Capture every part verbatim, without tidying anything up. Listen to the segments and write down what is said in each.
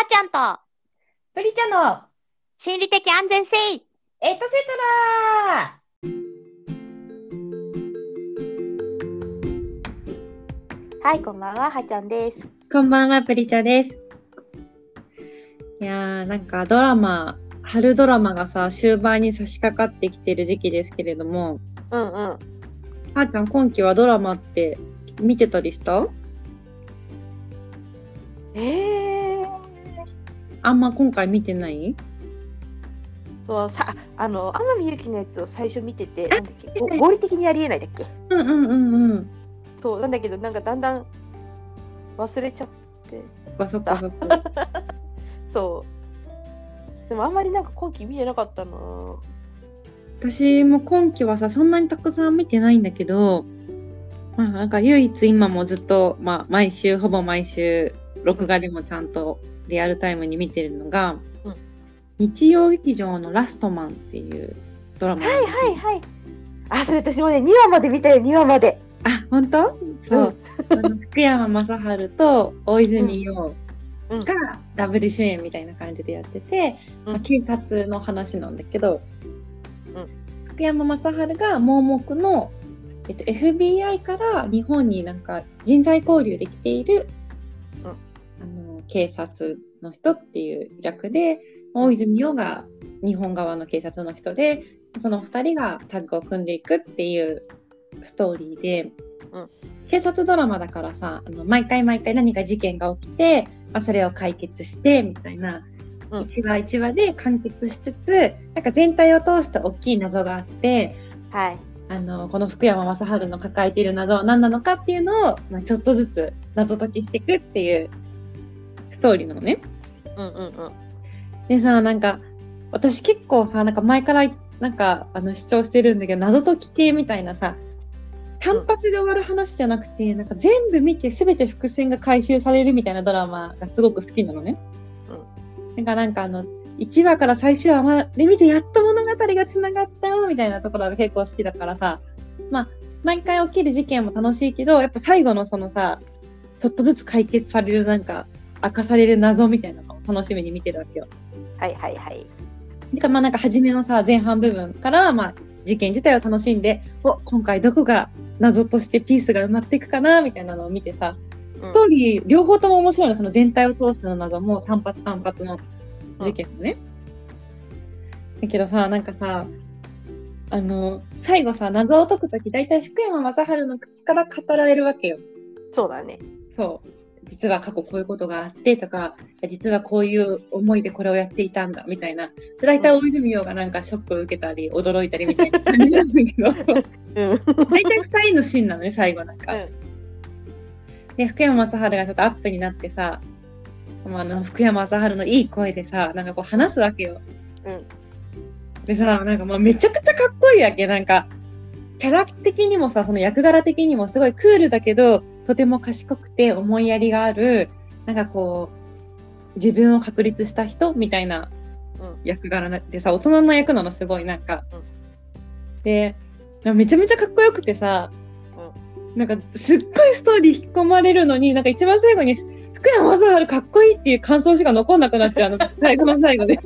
ちゃんとプリちゃんの心理的安全性エトセトラ。 はい、こんばんは、はちゃんです。 こんばんは、プリちゃんです。いやー、なんかドラマ、春ドラマがさ、終盤に差し掛かってきてる時期ですけれども、 うんうん。 はーちゃん、今期はドラマって見てたりした？ えー、 あんま今回見てない？ そうさ、あの天海祐希のやつを最初見てて、なんだっけ、ご合理的にありえないだっけ。 うんうんうんうん。 そうなんだけど、なんかだんだん忘れちゃって。 あ、そっかそっか。 そうでもあんまりなんか今期見てなかったな。 私も今期はさ、そんなにたくさん見てないんだけど、まあなんか唯一今もずっと、まあ、毎週ほぼ毎週録画でもちゃんとリアルタイムに見てるのが、うん、日曜劇場のラストマンっていうドラマ。 はいはいはい。あ、それ私もねにわまで見たよ。にわまで。 あ、本当？そう、うん、あの福山雅治と大泉洋がダブル主演みたいな感じでやってて、うん、まあ、警察の話なんだけど、うん、福山雅治が盲目の、えっと、エフビーアイ から日本になんか人材交流できている、うん、あの警察の人っていう役で、大泉洋が日本側の警察の人で、そのふたりがタッグを組んでいくっていうストーリーで、うん、警察ドラマだからさ、あの毎回毎回何か事件が起きて、まあ、それを解決してみたいな、うん、一話一話で完結しつつ、なんか全体を通して大きい謎があって、はい、あのこの福山雅治の抱えている謎は何なのかっていうのを、まあ、ちょっとずつ謎解きしていくっていうストーリーなのね。うんうんうん、でさ、なんか私結構さ、なんか前からなんかあの主張してるんだけど、謎解き系みたいなさ、単発で終わる話じゃなくて、なんか全部見て全て伏線が回収されるみたいなドラマがすごく好きなのね。うん、なんかなんかあのいちわから最終話まで見てやっと物語がつながったよみたいなところが結構好きだからさ、まあ毎回起きる事件も楽しいけど、やっぱ最後のそのさ、ちょっとずつ解決される、なんか明かされる謎みたいなのを楽しみに見てるわけよ。はいはいはい。でかまあなんか初めのさ、前半部分からまあ事件自体を楽しんで、お、今回どこが謎としてピースが埋まっていくかなみたいなのを見てさ、ストーリー両方とも面白いの。その全体を通しての謎も単発単発の事件もね、うん、だけどさ、なんかさ、あの最後さ、謎を解くとき大体福山雅治の口から語られるわけよ。そうだね。そう、実は過去こういうことがあってとか、実はこういう思いでこれをやっていたんだみたいな、大体大泉洋がなんかショックを受けたり驚いたりみたいな感じなんだけど、うん、大体ふたりのシーンなのね、最後なんか、うん、で福山雅治がちょっとアップになってさ、あの福山雅治のいい声でさ、なんかこう話すわけよ、うん、でさ、なんかもうめちゃくちゃかっこいいわけ。なんかキャラ的にもさ、その役柄的にもすごいクールだけどとても賢くて思いやりがある、なんかこう自分を確立した人みたいな役柄でさ、大人の役なの、すごいなんか、うん、でめちゃめちゃかっこよくてさ、うん、なんかすっごいストーリー引っ込まれるのに、なんか一番最後に福山雅治かっこいいっていう感想しか残んなくなっちゃうの最後の最後で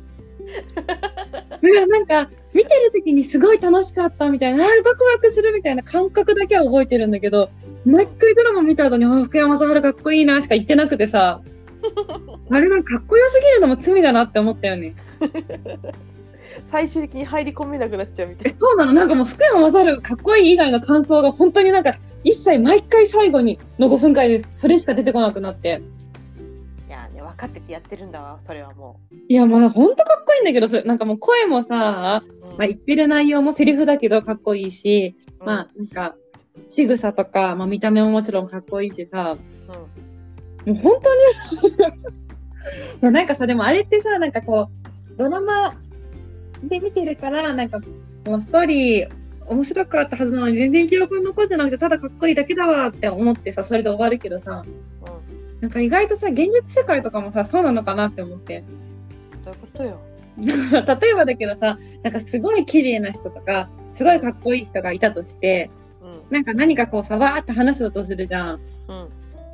なんか見てる時にすごい楽しかったみたいな、ワクワクするみたいな感覚だけは覚えてるんだけど、毎回ドラマ見た後にあ福山雅治かっこいいなしか言ってなくてさあれなんかかっこよすぎるのも罪だなって思ったよね最終的に入り込めなくなっちゃうみたいな。 そうなの。なんかもう福山雅治かっこいい以外の感想が本当になんか一切毎回最後にのごふんかんです。それしか出てこなくなって、 いやね、分かっててやってるんだわ、それはもう。 いやもう本当かっこいいんだけど、なんかもう声もさ、うん、まあ、言ってる内容もセリフだけどかっこいいし、うん、まあなんか仕草とか、まあ、見た目ももちろんかっこいいしさ、うん、もう本当にいやなんかさ、でもあれってさ、なんかこうドラマで見てるからなんかもうストーリー面白かったはずなのに全然記憶に残ってなくて、ただかっこいいだけだわって思ってさ、それで終わるけどさ、うんなんか意外とさ、現実世界とかもさ、そうなのかなって思って。 どういうことよ。 例えばだけどさ、なんかすごい綺麗な人とか、すごいかっこいい人がいたとして、うん、なんか何かこうさ、わーって話そうとするじゃん。うん、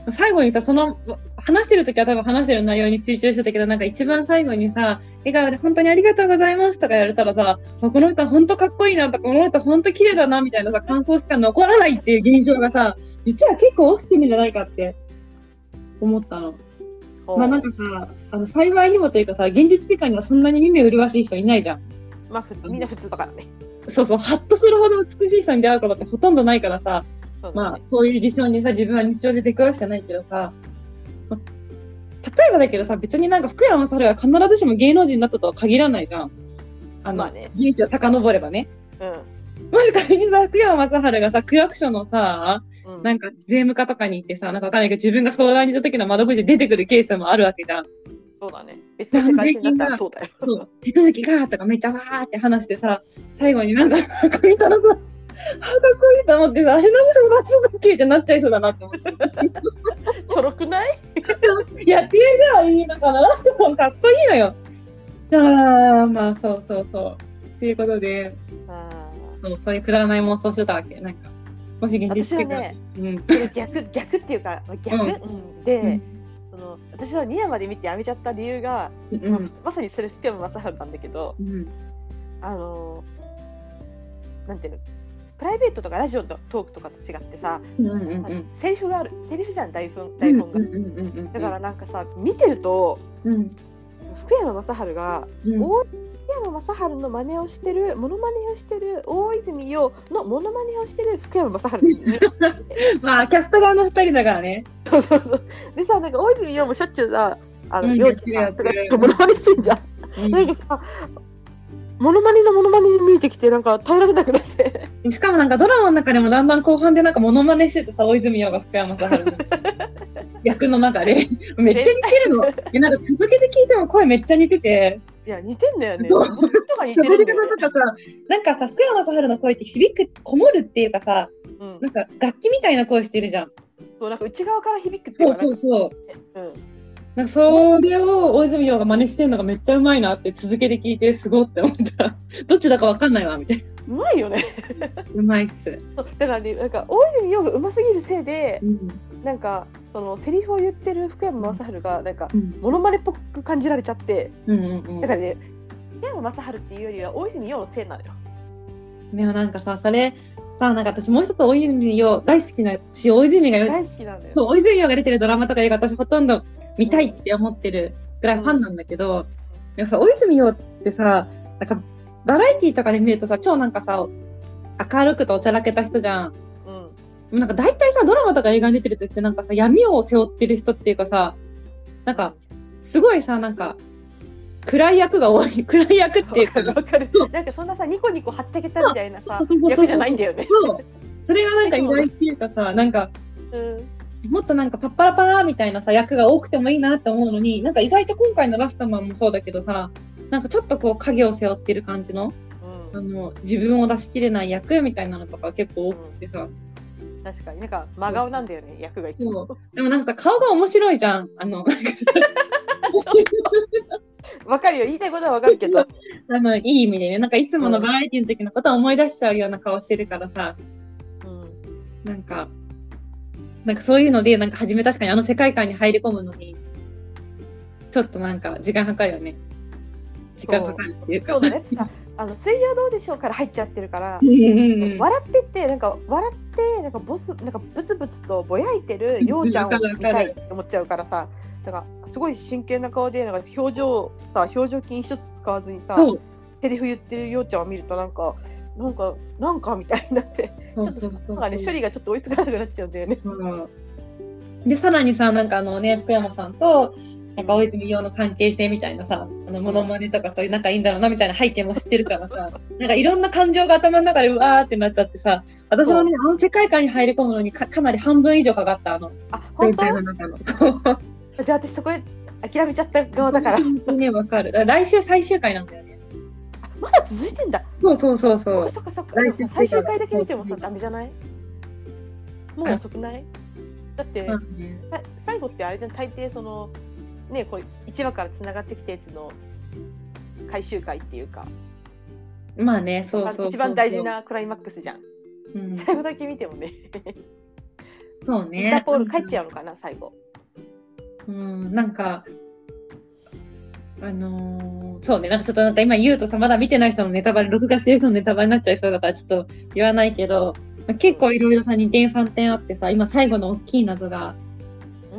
最後にさ、その話してる時は多分話してる内容に集中してたけど、なんか一番最後にさ、笑顔で本当にありがとうございますとか言われたらさ、この人本当かっこいいなとか、この人本当綺麗だなみたいなさ、感想しか残らないっていう現象がさ、実は結構起きてるんじゃないかって思ったの。まあなんかさ、あの幸いにもというかさ、現実世界にはそんなに耳麗しい人いないじゃん。 まあ普通みんな普通だからね。 そうそう、ハッとするほど美しい人に出会うことってほとんどないからさ、そうね、まあそういう事象にさ、自分は日常で出くわしてないけどさ、まあ、例えばだけどさ、別になんか福山雅治が必ずしも芸能人になったとは限らないじゃん。あの、まあね、人生を遡ればね。うん。もし仮にさ、福山雅治がさ、区役所のさ、うん、なんか税務課とかに行ってさ、なんかわかんないけど自分が相談に行った時の窓口で出てくるケースもあるわけじゃん。 そうだね。別に世界線だったらそうだよ。そう。 手続きがとかめっちゃわーって話してさ、最後になんか見たらさ、あ、かっこいいと思ってさ、あれ何その手続きってなっちゃいそうだなって思って。 ちょろくない？ いや、っていうぐらい、なんか鳴らしてもかっこいいのよ。ああ、まあそうそうそう。っていうことで、あそう、そういうくだらない妄想してたわけ。なんか、もし現実的に。私はね、うん、逆、逆っていうか、逆、うんうん、で、うん、その私はにわまで見てやめちゃった理由が、うんまあ、まさにそれ福山雅治なんだけど、うん、あのなんていうの、プライベートとかラジオのトークとかと違ってさ、うんうんうん、セリフがある、セリフじゃん、台本、台本が。だからなんかさ、見てると、うん、福山雅治が、うん、大福山雅治の真似をしてる、モノマネをしてる大泉洋のモノマネをしてる福山雅治まあキャスト側のふたりだからね。 そうそうそう。でさ、なんか大泉洋もしょっちゅうさ、あの洋ちゃんとかモノマネしてんじゃん。うん、なんかさ、モノマネのモノマネに見えてきて、なんか耐えられなくなって。 しかもなんかドラマの中でもだんだん後半でなんかモノマネしててさ、大泉洋が福山雅治の役の中でめっちゃ似てるの。え、なんか続けて聞いても声めっちゃ似てて。 いや、似てんだよね。とか似てるんだよね。 なんかさ、福山雅治の声って響く、こもるっていうかさ、うん、なんか楽器みたいな声してるじゃん。 そう、なんか内側から響くっていうか。 そうそうそう。うん。なんかそれを大泉洋が真似してるのがめっちゃうまいなって続けて聞いてすごって思った。どっちだかわかんないわみたいな。 うまいよね。 うまいっす。 そうだからね、なんか大泉洋がうますぎるせいで、うん、なんかそのセリフを言ってる福山雅治がなんか、うん、モノマネっぽく感じられちゃって、うんうんうん、だからね、福山雅治っていうよりは大泉洋のせいなのよ。 でもなんかさ、それさ、なんか私もう一つ大泉洋大好きなし、大泉が大好きなんだよ。 そう、大泉洋が出てるドラマとか映画私ほとんど見たいって思ってるぐらいファンなんだけど、うん、さ大泉洋ってさ、なんかバラエティーとかで見るとさ、超なんかさ明るくとおちゃらけた人じゃん。うん、なんか大体さドラマとか映画に出てる時ってなんかさ闇を背負ってる人っていうかさ、なんかすごいさなんか暗い役が多い、暗い役っていうか、 わかる。なんかそんなさニコニコはってけたみたいなさ役じゃないんだよね。 そう、それがなんか意外っていうかさ、なんか。うんもっとなんかパッパラパーみたいなさ役が多くてもいいなって思うのに、なんか意外と今回のラストマンもそうだけどさ、なんかちょっとこう影を背負ってる感じの、うん、あの自分を出し切れない役みたいなのとか結構多くてさ、 うん、確かになんか真顔なんだよね、役がいつも。 でもなんか顔が面白いじゃん。あのわかるよ、言いたいことはわかるけどあのいい意味でね、なんかいつものバラエティの時のことを思い出しちゃうような顔してるからさ、うん、なんかなんかそういうので、なんか初め確かにあの世界観に入り込むのに、ちょっとなんか時間かかるよね。時間かかるっていうか。 そうだね。あの水曜どうでしょうから入っちゃってるから、うんうんうん、笑ってってなんか笑ってなんかボスなんかブツブツとぼやいてるようちゃんを見たいって思っちゃうからさ、だからすごい真剣な顔でなんか表情さ表情筋一つ使わずにさ、セリフ言ってるようちゃんを見るとなんか。なんか、なんかみたいになって、ちょっとなんかね、処理がちょっと追いつかなくなっちゃうんだよね。うん、 で、さらにさ、なんかあのね、福山さんと、なんか大泉洋の関係性みたいなさ、あのモノマネとかそういう仲いいんだろうなみたいな背景も知ってるからさ、なんかいろんな感情が頭の中でうわーってなっちゃってさ、私もね、あの世界観に入り込むのに か, かなり半分以上かかった、あの、 あ、本当？の中の。じゃあ私そこで諦めちゃった側だから。 本当にわかる。来週最終回なんだよね。 まだ続いてんだ。 そうそうそうそう。 そっかそっか。最終回だけ見てもさダメじゃない？もう遅くない？だって、うん、最後ってあれじゃん、大抵そのねこういちわからつながってきたやつの回収回っていうか。 まあね、そうそうそうそう。 一番大事なクライマックスじゃん。うん、最後だけ見てもね。 そうね。 インターポール帰っちゃうのかな、最後。 うん、なんか、あのー、そうね、なんかちょっとなんか今言うとさ、まだ見てない人のネタバレ、録画してる人のネタバレになっちゃいそうだから、ちょっと言わないけど、まあ、結構いろいろさ、にてんさんてんあってさ、今最後の大きい謎が、うん。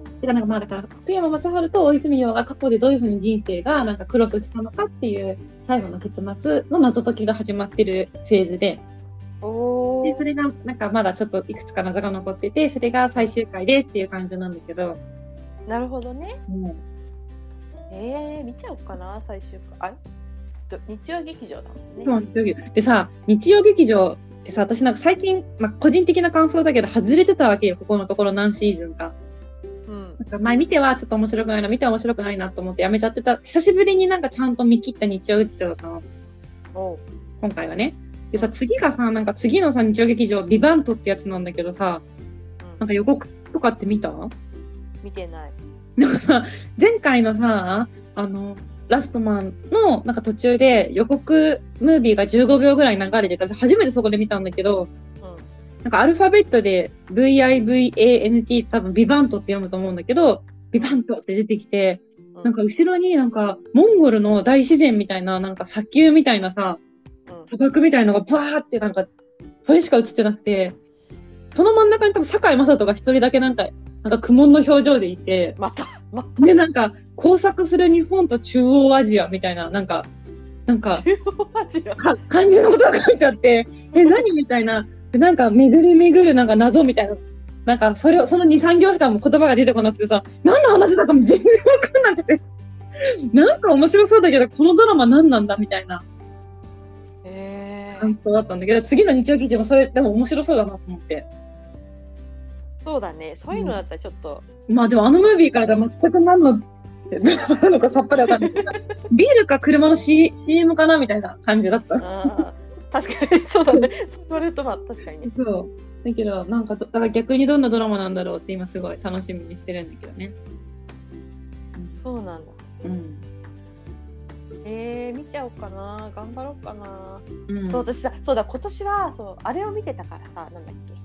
てかなんかまあだから、福山雅治と大泉洋が過去でどういうふうに人生がなんかクロスしたのかっていう最後の結末の謎解きが始まってるフェーズで、おでそれがなんかまだちょっといくつか謎が残ってて、それが最終回でっていう感じなんだけど。 なるほどね。うん、えー、見ちゃおうかな、最終回。あ日曜劇場だもんね。 そうでさ、日曜劇場ってさ、私なんか最近、まあ、個人的な感想だけど外れてたわけよ、ここのところ何シーズンか。うん、なんか前見てはちょっと面白くないな、見ては面白くないなと思ってやめちゃってた。久しぶりになんかちゃんと見切った日曜劇場だったの。お今回はね。でさ、次がさ、なんか次のさ、日曜劇場、ビバントってやつなんだけどさ、うん、なんか予告とかって見た？ 見てない。 なんかさ、前回のさ、あの、ラストマンのなんか途中で予告ムービーがじゅうごびょうぐらい流れてた。初めてそこで見たんだけど、うん、なんかアルファベットで ブイアイブイエーエヌティー 多分ビバントって読むと思うんだけど、ビバントって出てきて、うん、なんか後ろになんかモンゴルの大自然みたいな、なんか砂丘みたいなさ、砂漠みたいなのがバーってなんか、それしか映ってなくて、その真ん中に多分堺雅人が一人だけなんか、なんか苦悶の表情でいて、 また、また。 で、なんか、交錯する日本と中央アジアみたいな、なんか、なんか、 中央アジアか漢字のことが書いてあって、え、何みたいな、なんか、巡り巡るなんか謎みたいな、なんか、それを、そのに、さん行しかも言葉が出てこなくてさ、何の話だかも全然わかんなくて、なんか面白そうだけど、このドラマ何なんだみたいな。 へー。 感想だったんだけど、次の日曜劇場もそれ、でも面白そうだなと思って。 そうだね、そういうのだったらちょっと、 うん、まあでもあのムービーから全く何のなのかさっぱりわかんないけどビールか車の シーエム かなみたいな感じだった。 あ確かにそうだね。そう言われるとまあ確かにね。 そうだけどなんかだから逆にどんなドラマなんだろうって今すごい楽しみにしてるんだけどね。 そうなんだ。 うん。 えー、見ちゃおうかな、頑張ろうかな。うん、そう私さ、そうだ今年はそうあれを見てたからさ、なんだっけ。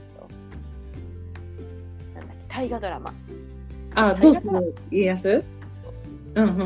大河ドラマ。 あ、どうする家康？うんうんうんうん。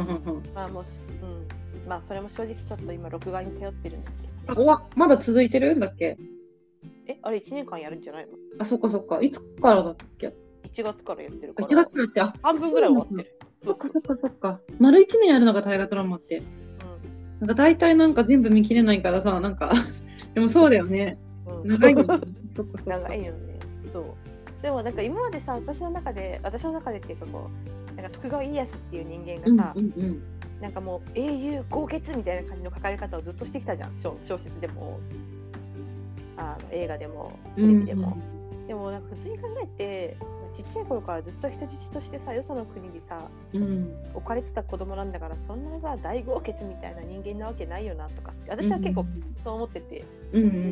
まあもう、うん、まあそれも正直ちょっと今録画に頼ってるんですけど、 ね。あ、まだ続いてるんだっけ？ え、あれいちねんかんやるんじゃないの？ あ、そっかそっか。いつからだっけ？ いちがつからやってるから。 いちがつからって、あ、 半分ぐらい終わってる。 そっかそっかそっか。丸いちねんやるのが大河ドラマって。うん。なんか大体なんか全部見切れないからさ、なんかでもそうだよね。うん、長いよね。そっかそっか。 長いよね。そう。でもなんか今までさ、私の中で私の中でっていうかこうなんか徳川家康っていう人間がさ、うんうんうん、なんかもう英雄豪傑みたいな感じの書かれ方をずっとしてきたじゃん。小, 小説でもあの映画でもテレビでも、うんうん、でもなんか普通に考えてちっちゃい頃からずっと人質としてさ、よその国にさ、うん、置かれてた子供なんだから、そんなさ大豪傑みたいな人間なわけないよなとかって私は結構そう思ってて、うんうんうんうん、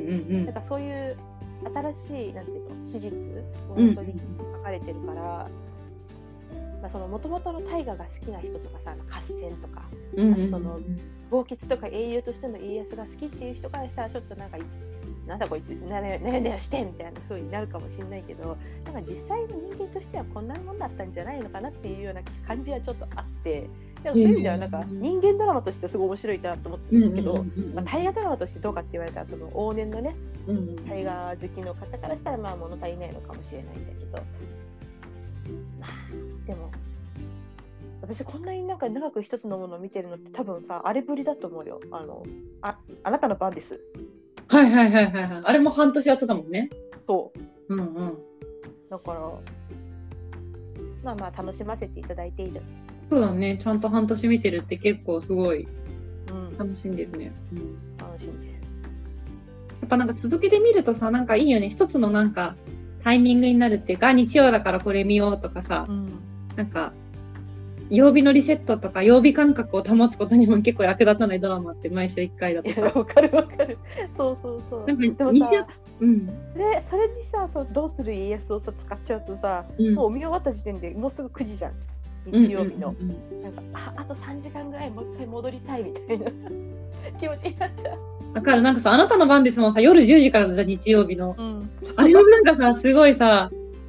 なんかそういう新しいなんていうの史実を本当に書かれてるから、うんまあ、その元々の大河が好きな人とかさ、合戦とか、うんうんうん、その豪傑とか英雄としての家康が好きっていう人からしたらちょっとなんかなんだこいつなねなねしてみたいな風になるかもしれないけど、なんか実際の人間としてはこんなもんだったんじゃないのかなっていうような感じはちょっとあって、でもそういう意味ではなんか人間ドラマとしてすごい面白いなと思ってるんだけど、まあ、大河ドラマとしてどうかって言われたらその往年のね大河好きの方からしたらまあ物足りないのかもしれないんだけど、まあでも私こんなになんか長く一つのものを見てるのって多分さあれぶりだと思うよ。あのああなたの番です。 はいはいはいはいはい。あれも半年やってたもんね。 そう。 うんうん。 だからまあまあ楽しませていただいている。 そうだね。ちゃんと半年見てるって結構すごい楽しんでるね。うん。うん、 楽しんでる。 やっぱなんか続けてみるとさ、なんかいいよね。一つのなんかタイミングになるっていうか、日曜だからこれ見ようとかさ、うん、なんか曜日のリセットとか曜日感覚を保つことにも結構役立たないドラマって毎週いっかいだとか。 わかるわかる。そうそうそう。なんかでもさ、うん、それそれにさ、そうどうする家康をさ使っちゃうとさ、うん、もう見終わった時点でもうすぐくじじゃん。日曜日の、うんうんうん、なんか あ, あとさんじかんぐらいもう一回戻りたいみたいな気持ちになっちゃう。 だからなんかさ、あなたの番ですもんさ、夜じゅうじからじゃ日曜日の、うん、あれもなんかさすごいさ、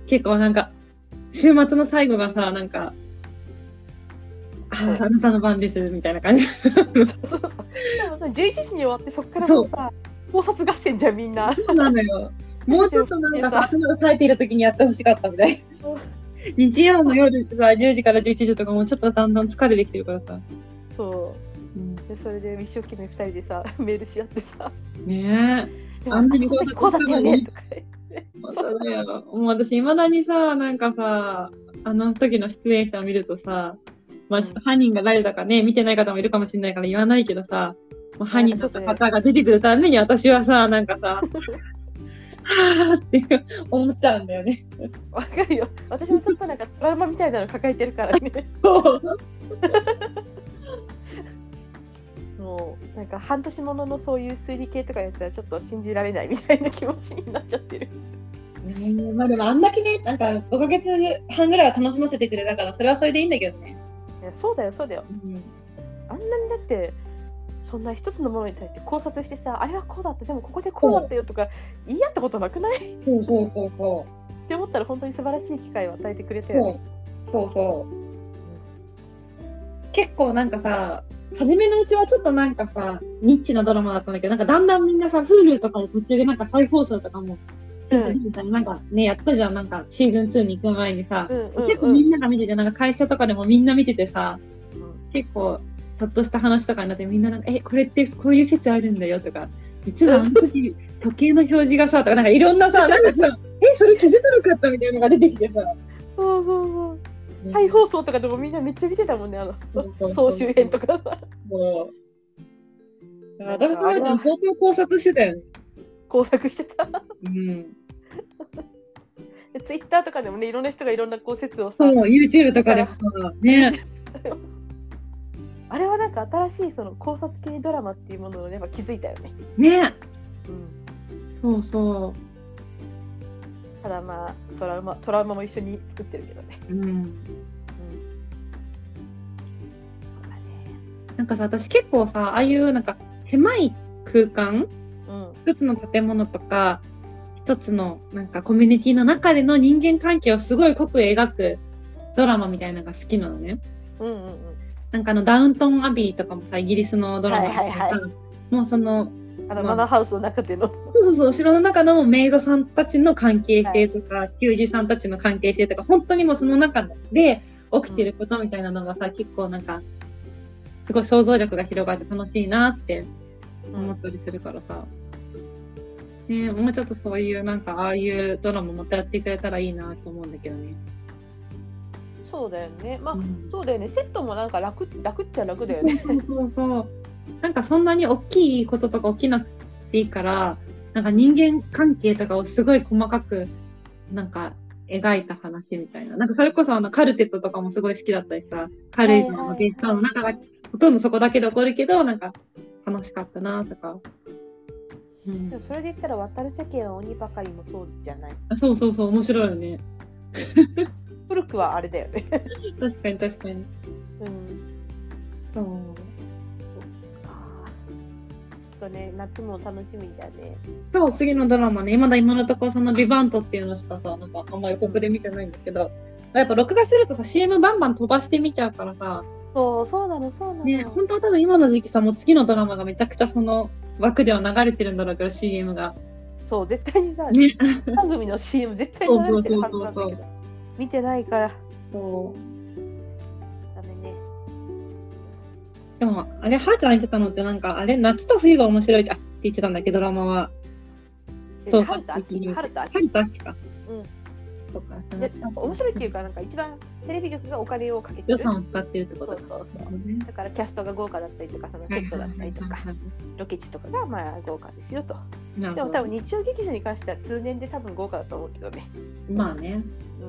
結構なんか週末の最後がさ、なんかあ, あなたの番ですみたいな感じ。そうそうそう。しかもさじゅういちじに終わってそっからもうさ考察合戦じゃんみんな。 そうなのよ。もうちょっとなんかさ頭が冴えている時にやってほしかったみたいな。日曜の夜さじゅうじからじゅういちじとかもちょっとだんだん疲れてきてるからさ。 そう、うん、でそれで一生懸命ふたりでさメールし合ってさねえあんなにこうだったよねとか言ってそうだよ。もう私いまだにさなんかさあの時の出演者を見るとさ、まあちょっと犯人が誰だかね見てない方もいるかもしれないから言わないけどさ、もう犯人の方が出てくるために私はさなんかさはぁって思っちゃうんだよね。 わかるよ。私もちょっとなんかトラウマみたいなの抱えてるからね。そうもうなんか半年もののそういう推理系とかやったらちょっと信じられないみたいな気持ちになっちゃってる。 ねまあでもあんだけねなんかごかげつはんぐらいは楽しませてくれたからそれはそれでいいんだけどね。 いやそうだよそうだよ、うん、あんなにだってそんな一つのものに対して考察してさあれはこうだったでもここでこうだったよとか言い合ったことなくない？ そうそうそうそうって思ったら本当に素晴らしい機会を与えてくれたよね。 そうそうそう、うん、結構なんかさ初めのうちはちょっとなんかさニッチなドラマだったんだけどなんかだんだんみんなさ Hulu とかも途中でなんか再放送とかも、うん、なんかねやったじゃんなんかシーズンツーに行く前にさ、うんうんうん、結構みんなが見ててなんか会社とかでもみんな見ててさ、うん、結構ちょっとした話とかになってみんななんかえこれってこういう説あるんだよとか実はあの時時計の表示がさとかなんかいろんなさなんかさえそれ気づかなかったみたいなのが出てきてさそうそうそう再放送とかでもみんなめっちゃ見てたもんねあの総集編とかさそう私は相当考察してたよね。 工作してた。うん。ツイッターとかでもね、いろんな人がいろんなこう説をさ。 そう、YouTube とかでもね。 あれはなんか新しいその考察系ドラマっていうものをやっぱ気づいたよね。 ね。うん。そうそう。 ただまあトラウマトラウマも一緒に作ってるけどね。うん。うん、 なんかさ、私結構さ、ああいうなんか狭い空間、うん、一つの建物とか一つのなんかコミュニティの中での人間関係をすごい濃く描くドラマみたいなのが好きなのね。うんうんうん。なんかあのダウントンアビーとかもさイギリスのドラマとか、はいはいはい、もうそのあのマナーハウスの中でのそうそう城の中のメイドさんたちの関係性とか、はい、給仕さんたちの関係性とか本当にもうその中で起きてることみたいなのがさ、うん、結構なんかすごい想像力が広がって楽しいなって思ったりするからさ、うん、ね、もうちょっとそういうなんかああいうドラマまたやってくれたらいいなと思うんだけどね。 そうだよね。まあ、うん、そうだよね。セットもなんか楽楽っちゃ楽だよね。 そうそうそう。なんかそんなに大きいこととか起きなくていいから、なんか人間関係とかをすごい細かくなんか描いた話みたいな。なんかそれこそあのカルテットとかもすごい好きだったりさ、軽井沢のゲストの中がほとんどそこだけで起こるけど、なんか楽しかったなとか。 うん、でもそれで言ったら渡る世間は鬼ばかりもそうじゃない？ あ、そうそうそう、面白いよね。 古くはあれだよね。 確かに確かに。うん。そう。 とね、夏も楽しみだね。 そう、次のドラマね、まだ今のところそのビバントっていうのしかさ、なんかあんまり予告で見てないんだけど、やっぱ録画するとさ、シーエム バンバン飛ばして見ちゃうからさ。 そう、そうなの、そうなの。 ね、本当は多分今の時期さ、もう次のドラマがめちゃくちゃその枠では流れてるんだろうけど、シーエム が。 そう、絶対にさ、ね、番組の シーエム 絶対に流れてるはずなんだけど、見てないから。そう。ダメね。 でも、あれ、はーちゃん言ってたのって、なんか、あれ、夏と冬が面白いって言ってたんだけど、ドラマは。 そう、春と秋。春と秋。 春と秋か。うん。 そうか。で、なんか面白いっていうか、なんか一番テレビ局がお金をかけてる。 予算を使ってるってこと。 そうそうそう。だからキャストが豪華だったりとか、そのセットだったりとか、ロケ地とかがまあ豪華ですよと。でも多分日曜劇場に関しては通年で多分豪華だと思うけどね。 まあね。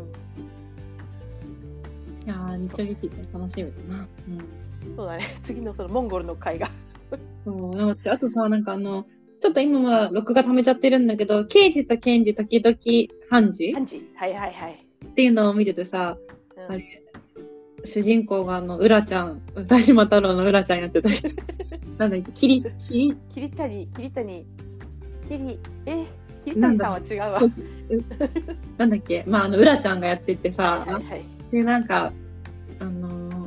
うん。いやー、日曜劇場楽しみだな。 うん。そうだね。次のそのモンゴルの会が。 そう、あとさ、なんかあの、ちょっと今は録画溜めちゃってるんだけど、刑事と検事時々判事判事はいはいはい。 っていうのを見ててさ、うん、あれ主人公があの、うらちゃん、浦島太郎のうらちゃんやってた人。なんだっけ、きり、きり、 きりたに、きりたに、きり、え、 桐谷さんは違うわ。 なんだっけ、まあ、あの、うらちゃんがやっててさ、 はいはいはい、 で、なんか、あのー、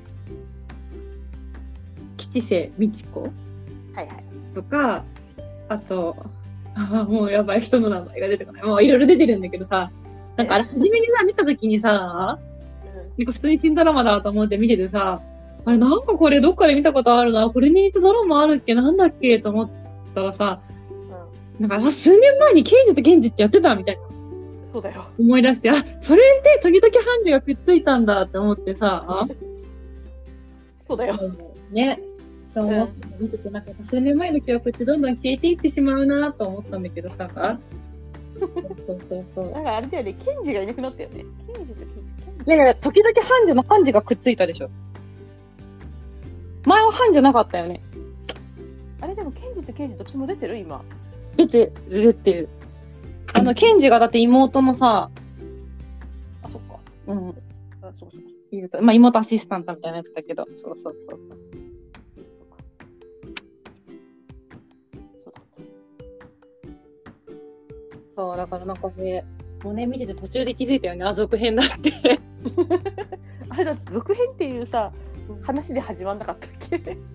吉瀬美智子はいはい、 とか、あと、あもうやばい人の名前が出てこない。もういろいろ出てるんだけどさ、なんかあれ、初めにさ、見たときにさ、なんか普通に新ドラマだと思って見ててさ、あれ、なんかこれどっかで見たことあるな、これに似たドラマあるっけ、なんだっけと思ったらさ、うん、なんか数年前に刑事と検事ってやってたみたいな。 そうだよ。 思い出して、あ、それで時々判事がくっついたんだって思ってさ、 そうだよ。 ね。そう思って見てて、なんか数年前の記憶ってどんどん消えていってしまうなと思ったんだけどさ。そうそうそうそう。 なんかあれだよね、検事がいなくなったよね。検事と検事。ねえ、時々判事の判事がくっついたでしょ。前は判事なかったよね。 あれでも検事と検事どっちも出てる今。 出てる出てる。あの検事がだって妹のさ。 あ、そっか。 うん。 あ、そうそうそう。まあ妹アシスタントみたいなやつだけど、そうそうそう。そうだからなんかね、もうね見てて途中で気づいたよね、あ、続編だってあれだって続編っていうさ話で始まんなかったっけい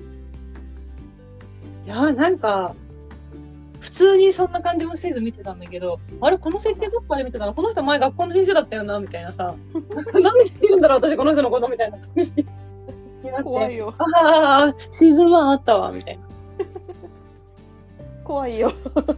やなんか普通にそんな感じもせず見てたんだけど、あれこの設定どっかで見てたの、この人前学校の先生だったよなみたいなさなんで知ってるんだろう私この人のことみたいな感じになって、 怖いよ。 ああシーズンワンあったわみたいな怖いよ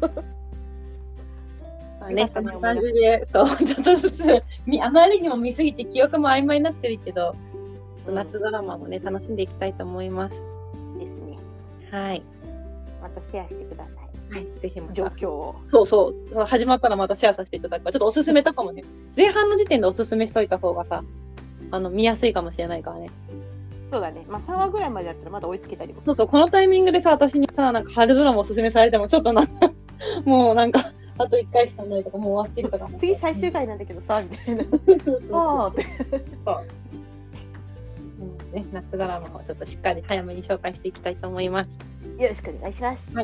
ね、こんな感じでそうちょっとずつあまりにも見すぎて記憶も曖昧になってるけど、うん、夏ドラマもね楽しんでいきたいと思います。 ですね。 はい。 またシェアしてください。 はい。ぜひまた状況を。 そうそう始まったらまたシェアさせていただくから、ちょっとおすすめとかもね前半の時点でおすすめしといた方がさあの見やすいかもしれないからね。 そうだね。まあさんわぐらいまでやったらまだ追いつけたりも。 そうそうこのタイミングでさ私にさなんか春ドラマおすすめされてもちょっとなもうなんか。あといっかいしかないとかもう終わってるとか次最終回なんだけどさみたいなああってそううんね、夏ドラマをちょっとしっかり早めに紹介していきたいと思います。 よろしくお願いします。 はい。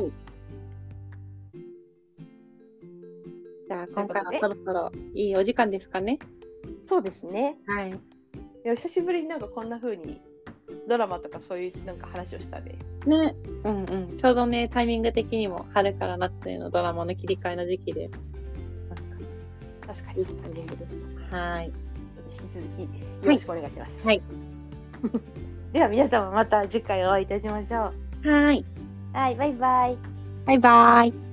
じゃあ今回はそろそろいいお時間ですかね。 そうですね。 はい。 いや久しぶりになんかこんな風にドラマとかそういうなんか話をしたで。 ね、うんうん。ちょうどねタイミング的にも春から夏へのドラマの切り替えの時期で、 確かにそうタイミングです。 はい。 引き続きよろしくお願いします。 はい。 では皆様また次回お会いいたしましょう。 はい。 はい、バイバイ。 バイバイ。